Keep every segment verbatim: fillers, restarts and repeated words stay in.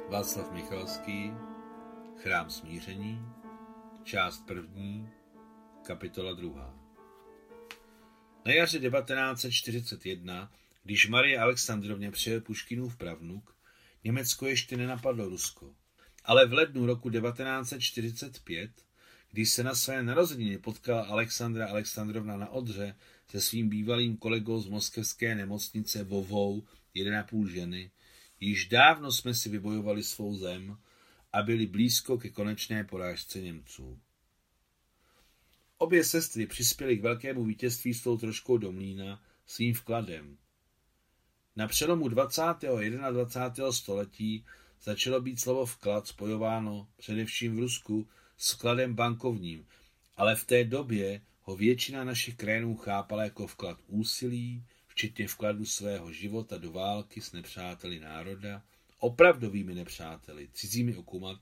Václav Michalský, Chrám smíření, část první, kapitola druhá. Na jaře devatenáct set čtyřicet jedna, když Marie Alexandrovně přijel Puškinův pravnuk, Německo ještě nenapadlo Rusko. Ale v lednu roku devatenáct set čtyřicet pět, když se na své narozeniny potkala Alexandra Alexandrovna na Odře se svým bývalým kolegou z moskevské nemocnice Vovou, jeden a půl ženy, již dávno jsme si vybojovali svou zem a byli blízko ke konečné porážce Němců. Obě sestry přispěly k velkému vítězství s tou troškou do mlýna svým vkladem. Na přelomu dvacátého a dvacátého prvního století začalo být slovo vklad spojováno především v Rusku s vkladem bankovním, ale v té době ho většina našich krajanů chápala jako vklad úsilí, včetně vkladu svého života do války s nepřáteli národa, opravdovými nepřáteli, cizími okumat,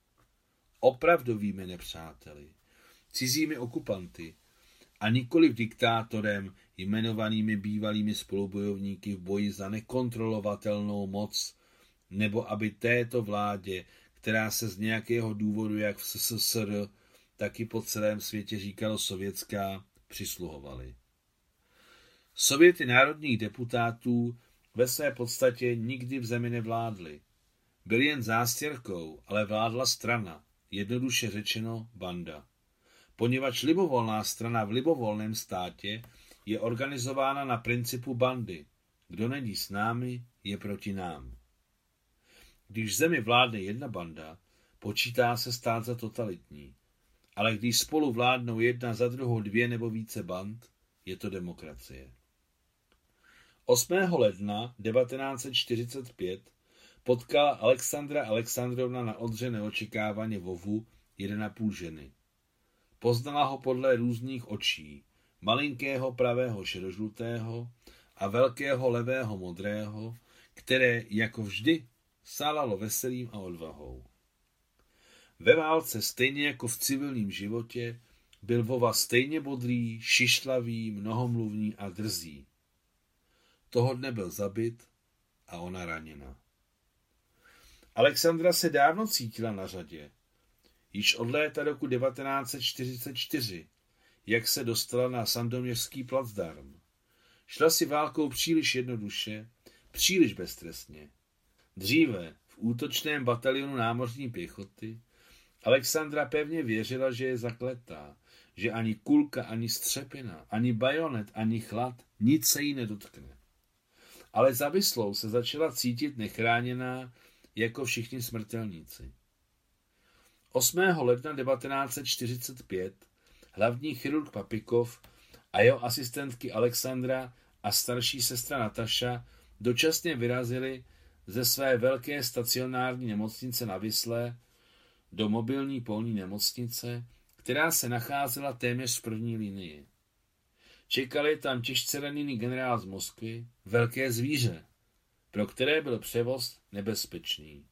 opravdovými nepřáteli, cizími okupanty a nikoliv diktátorem jmenovanými bývalými spolubojovníky v boji za nekontrolovatelnou moc, nebo aby této vládě, která se z nějakého důvodu jak v S S S R, tak i po celém světě říkalo sovětská, přisluhovali. Sověty národních deputátů ve své podstatě nikdy v zemi nevládly. Byl jen zástěrkou, ale vládla strana, jednoduše řečeno banda. Poněvadž libovolná strana v libovolném státě je organizována na principu bandy. Kdo není s námi, je proti nám. Když v zemi vládne jedna banda, počítá se stát za totalitní. Ale když spolu vládnou jedna za druhou dvě nebo více band, je to demokracie. osmého ledna devatenáct set čtyřicet pět potkala Alexandra Alexandrovna na Odře neočekávaně Vovu, jeden a půl ženy. Poznala ho podle různých očí, malinkého pravého šedožlutého a velkého levého modrého, které, jako vždy, sálalo veselím a odvahou. Ve válce, stejně jako v civilním životě, byl Vova stejně bodrý, šišlavý, mnohomluvný a drzý. Toho dne byl zabit a ona raněna. Alexandra se dávno cítila na řadě. Již od léta roku devatenáct set čtyřicet čtyři, jak se dostala na Sandoměřský placdarm. Šla si válkou příliš jednoduše, příliš beztrestně. Dříve, v útočném batalionu námořní pěchoty, Alexandra pevně věřila, že je zakletá, že ani kulka, ani střepina, ani bajonet, ani chlad, nic se jí nedotkne. Ale závislou se začala cítit nechráněná jako všichni smrtelníci. osmého ledna devatenáct set čtyřicet pět hlavní chirurg Papikov a jeho asistentky Alexandra a starší sestra Nataša dočasně vyrazili ze své velké stacionární nemocnice na Vislé do mobilní polní nemocnice, která se nacházela téměř v první linii. Čekali tam těžce raněný generál z Moskvy, velké zvíře, pro které byl převoz nebezpečný.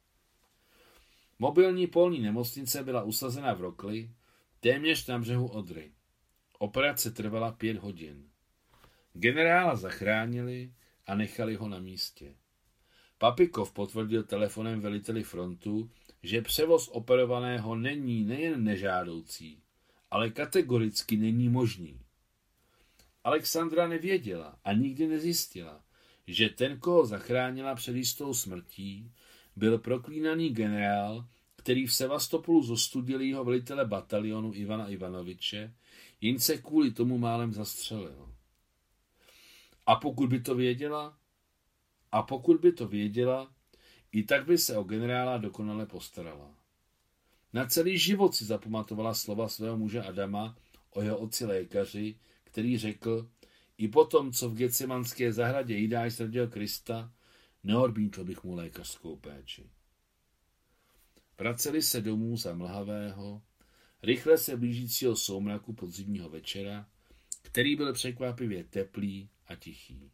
Mobilní polní nemocnice byla usazena v Rokli, téměř na břehu Odry. Operace trvala pět hodin. Generála zachránili a nechali ho na místě. Papikov potvrdil telefonem veliteli frontu, že převoz operovaného není nejen nežádoucí, ale kategoricky není možný. Alexandra nevěděla a nikdy nezjistila, že ten, koho zachránila před jistou smrtí, byl proklínaný generál, který v Sevastopolu zostudil jeho velitele batalionu Ivana Ivanoviče, jen se kvůli tomu málem zastřelil. A pokud by to věděla, a pokud by to věděla, i tak by se o generála dokonale postarala. Na celý život si zapamatovala slova svého muže Adama o jeho otci lékaři, který řekl, i potom, co v Getsemanské zahradě Jidáš zradil Krista, neodmítl bych mu lékařskou péči. Vraceli se domů za mlhavého, rychle se blížícího soumraku podzimního večera, který byl překvapivě teplý a tichý.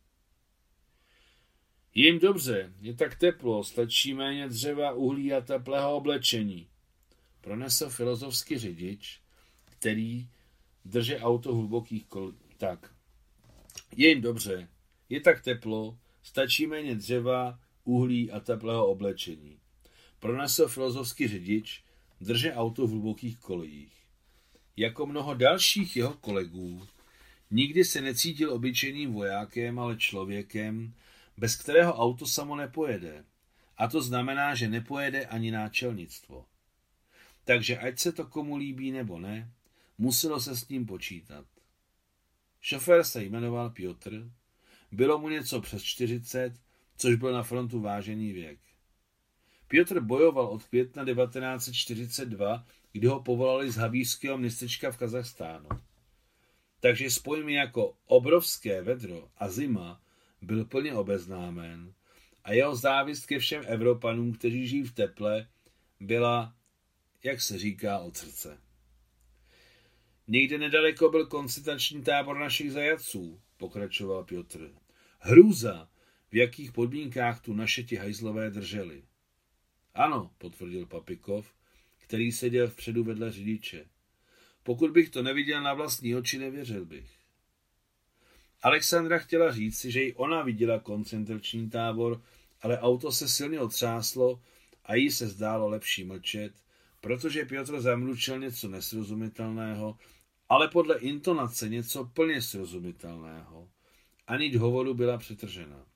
Jim dobře, je tak teplo, stačí méně dřeva, uhlí a teplého oblečení, pronesl filozofský řidič, který drže auto hlubokých kol... Tak. Je jim dobře, je tak teplo, stačí méně dřeva, uhlí a teplého oblečení. pronesl filozofský řidič, drže auto v hlubokých kolejích. Jako mnoho dalších jeho kolegů, nikdy se necítil obyčejným vojákem, ale člověkem, bez kterého auto samo nepojede. A to znamená, že nepojede ani náčelnictvo. Takže ať se to komu líbí nebo ne, muselo se s ním počítat. Šofér se jmenoval Piotr, bylo mu něco přes čtyřicet, což byl na frontu vážený věk. Piotr bojoval od května devatenáct set čtyřicet dva, kdy ho povolali z havířského městečka v Kazachstánu. Takže s pojmy jako obrovské vedro a zima byl plně obeznámen a jeho závist ke všem Evropanům, kteří žijí v teple, byla, jak se říká, od srdce. Někde nedaleko byl koncentrační tábor našich zajatců, pokračoval Piotr. Hrůza, v jakých podmínkách tu naše ti hajzlové drželi. Ano, potvrdil Papikov, který seděl vpředu vedle řidiče. Pokud bych to neviděl na vlastní oči, nevěřil bych. Alexandra chtěla říci, že i ona viděla koncentrační tábor, ale auto se silně otřáslo a jí se zdálo lepší mlčet, protože Piotr zamručil něco nesrozumitelného, ale podle intonace něco plně srozumitelného. A niť hovoru byla přetržena.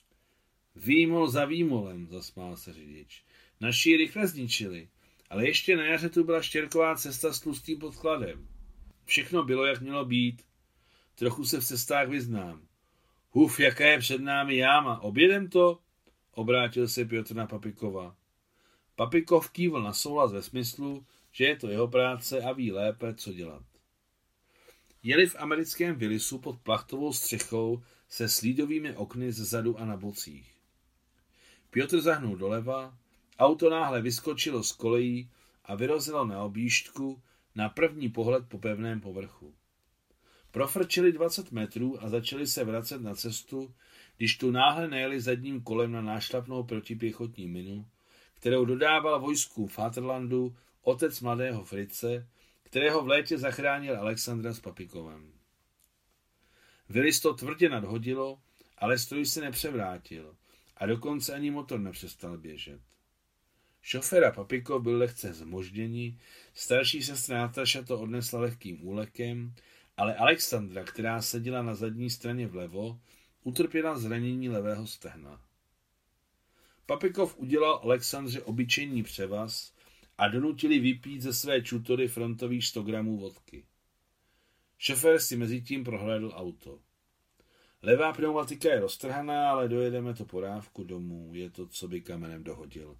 Výmol za výmolem, zasmál se řidič. Naši rychle zničili, ale ještě na jaře tu byla štěrková cesta s tlustým podkladem. Všechno bylo, jak mělo být. Trochu se v cestách vyznám. Huf, jaká je před námi jáma. Objedem to? Obrátil se Piotr na Papikova. Papikov kývl na souhlas ve smyslu, že je to jeho práce a ví lépe, co dělat. Jeli v americkém Willisu pod plachtovou střechou se slídovými okny zezadu a na bocích. Piotr zahnul doleva, auto náhle vyskočilo z kolejí a vyrazilo na objížďku, na první pohled po pevném povrchu. Profrčili dvacet metrů a začali se vracet na cestu, když tu náhle nejeli zadním kolem na nášlapnou protipěchotní minu, kterou dodával vojskům Vaterlandu otec mladého Frice, kterého v létě zachránil Alexandra s Papikovem. Willis to tvrdě nadhodilo, ale stroj se nepřevrátil a dokonce ani motor nepřestal běžet. Šofér a Papikov byl lehce zmožděni, starší sestra Nataša to odnesla lehkým úlekem, ale Alexandra, která seděla na zadní straně vlevo, utrpěla zranění levého stehna. Papikov udělal Alexandře obyčejný převaz a donutili vypít ze své čutory frontových sto gramů vodky. Šofér si mezitím prohlédl auto. Levá pneumatika je roztrhaná, ale dojedeme to po dávku domů, je to, co by kamenem dohodil.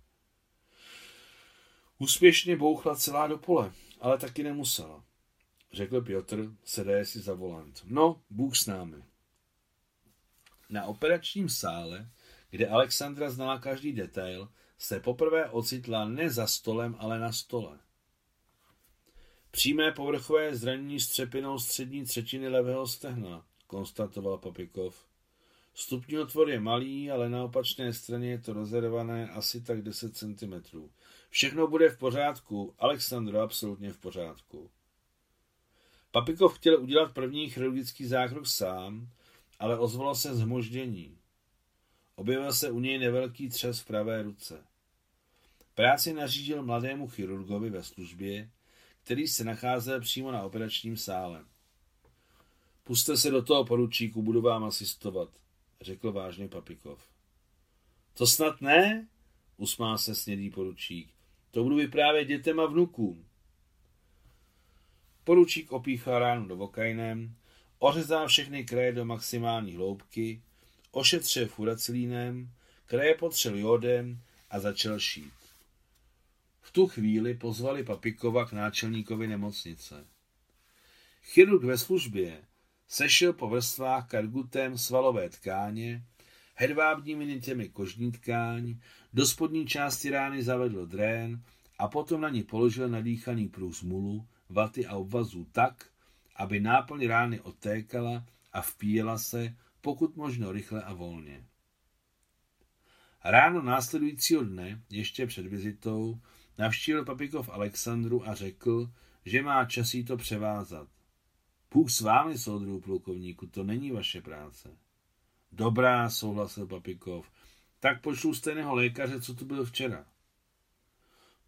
Úspěšně bouchla celá do pole, ale taky nemusela, řekl Piotr, sedaje si za volant. No, Bůh s námi. Na operačním sále, kde Alexandra znala každý detail, se poprvé ocitla ne za stolem, ale na stole. Přímé povrchové zranění střepinou střední třetiny levého stehna, konstatoval Papikov. Stupní otvor je malý, ale na opačné straně je to rozervané asi tak deset centimetrů. Všechno bude v pořádku, Alexandro, absolutně v pořádku. Papikov chtěl udělat první chirurgický zákrok sám, ale ozvalo se zmoždění. Objevil se u něj nevelký třes v pravé ruce. Práci nařídil mladému chirurgovi ve službě, který se nacházel přímo na operačním sále. Pusťte se do toho, poručíku, budu vám asistovat, řekl vážně Papikov. To snad ne? Usmál se snědý poručík. To budu vyprávět dětem a vnukům. Poručík opíchal ránu do vokajnem, ořezal všechny kraje do maximální hloubky, ošetřil furacilínem, kraje potřel jódem a začal šít. V tu chvíli pozvali Papikova k náčelníkovi nemocnice. Chirurg ve službě sešil po vrstvách kargutem svalové tkáně, hedvábními nitěmi kožní tkáň, do spodní části rány zavedl drén a potom na ní položil nadýchaný průz mulu, vaty a obvazů tak, aby náplň rány odtékala a vpíjela se, pokud možno rychle a volně. Ráno následujícího dne, ještě před vizitou, navštívil Papikov Alexandru a řekl, že má čas jí to převázat. Bůh s vámi, soudruhu plukovníku, to není vaše práce. Dobrá, souhlasil Papikov, tak pošlu stejného lékaře, co tu byl včera.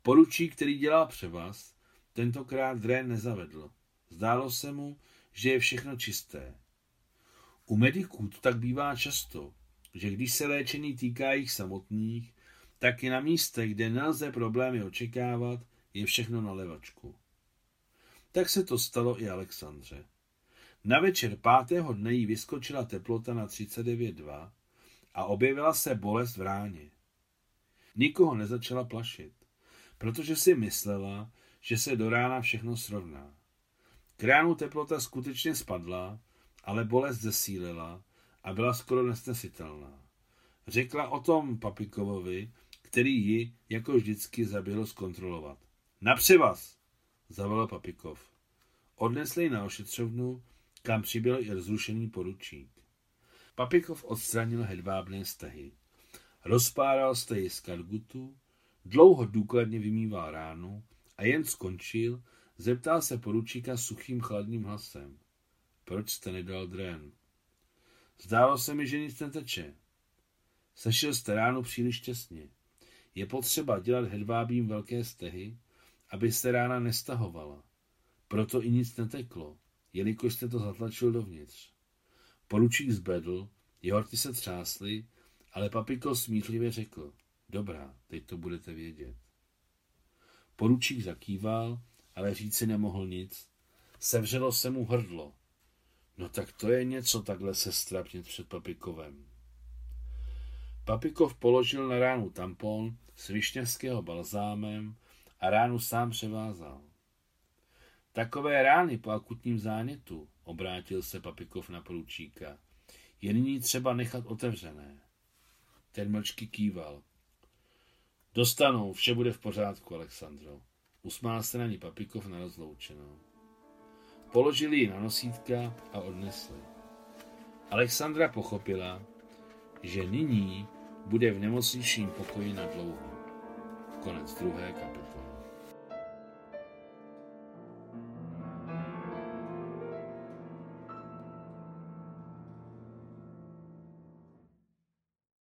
Poručík, který dělal převaz, tentokrát drén nezavedl. Zdálo se mu, že je všechno čisté. U mediků to tak bývá často, že když se léčení týká jich samotných, tak i na místech, kde nelze problémy očekávat, je všechno na levačku. Tak se to stalo i Alexandře. Na večer pátého dne jí vyskočila teplota na třicet devět celá dva a objevila se bolest v ráně. Nikoho nezačala plašit, protože si myslela, že se do rána všechno srovná. K ránu teplota skutečně spadla, ale bolest zesílila a byla skoro nesnesitelná. Řekla o tom Papikovovi, který ji, jako vždycky, zaběhl zkontrolovat. Na převaz, zavolal Papikov. Odnesli ji na ošetřovnu, kam přibyl i rozrušený poručík. Papikov odstranil hedvábné stehy. Rozpáral stehy z kalgutu, dlouho důkladně vymýval ránu a jen skončil, zeptal se poručíka suchým chladným hlasem. Proč jste nedal drén? Zdálo se mi, že nic neteče. Sešel jste ránu příliš těsně. Je potřeba dělat hedvábím velké stehy, aby se rána nestahovala. Proto i nic neteklo, jelikož jste to zatlačil dovnitř. Poručík zbledl, jeho rty se třásly, ale Papikov smířlivě řekl, dobrá, teď to budete vědět. Poručík zakýval, ale říci nemohl nic. Sevřelo se mu hrdlo. No tak to je něco takhle se strapnit před Papikovem. Papikov položil na ránu tampon s višňavského balzámem a ránu sám převázal. Takové rány po akutním zánětu, obrátil se Papikov na poručíka, je nyní třeba nechat otevřené. Ten mlčky kýval. Dostanou, vše bude v pořádku, Alexandro. Usmál se na ní Papikov na rozloučenou. Položili ji na nosítka a odnesli. Alexandra pochopila, že nyní bude v nemocničním pokoji na dlouho. Konec druhé kapitoly.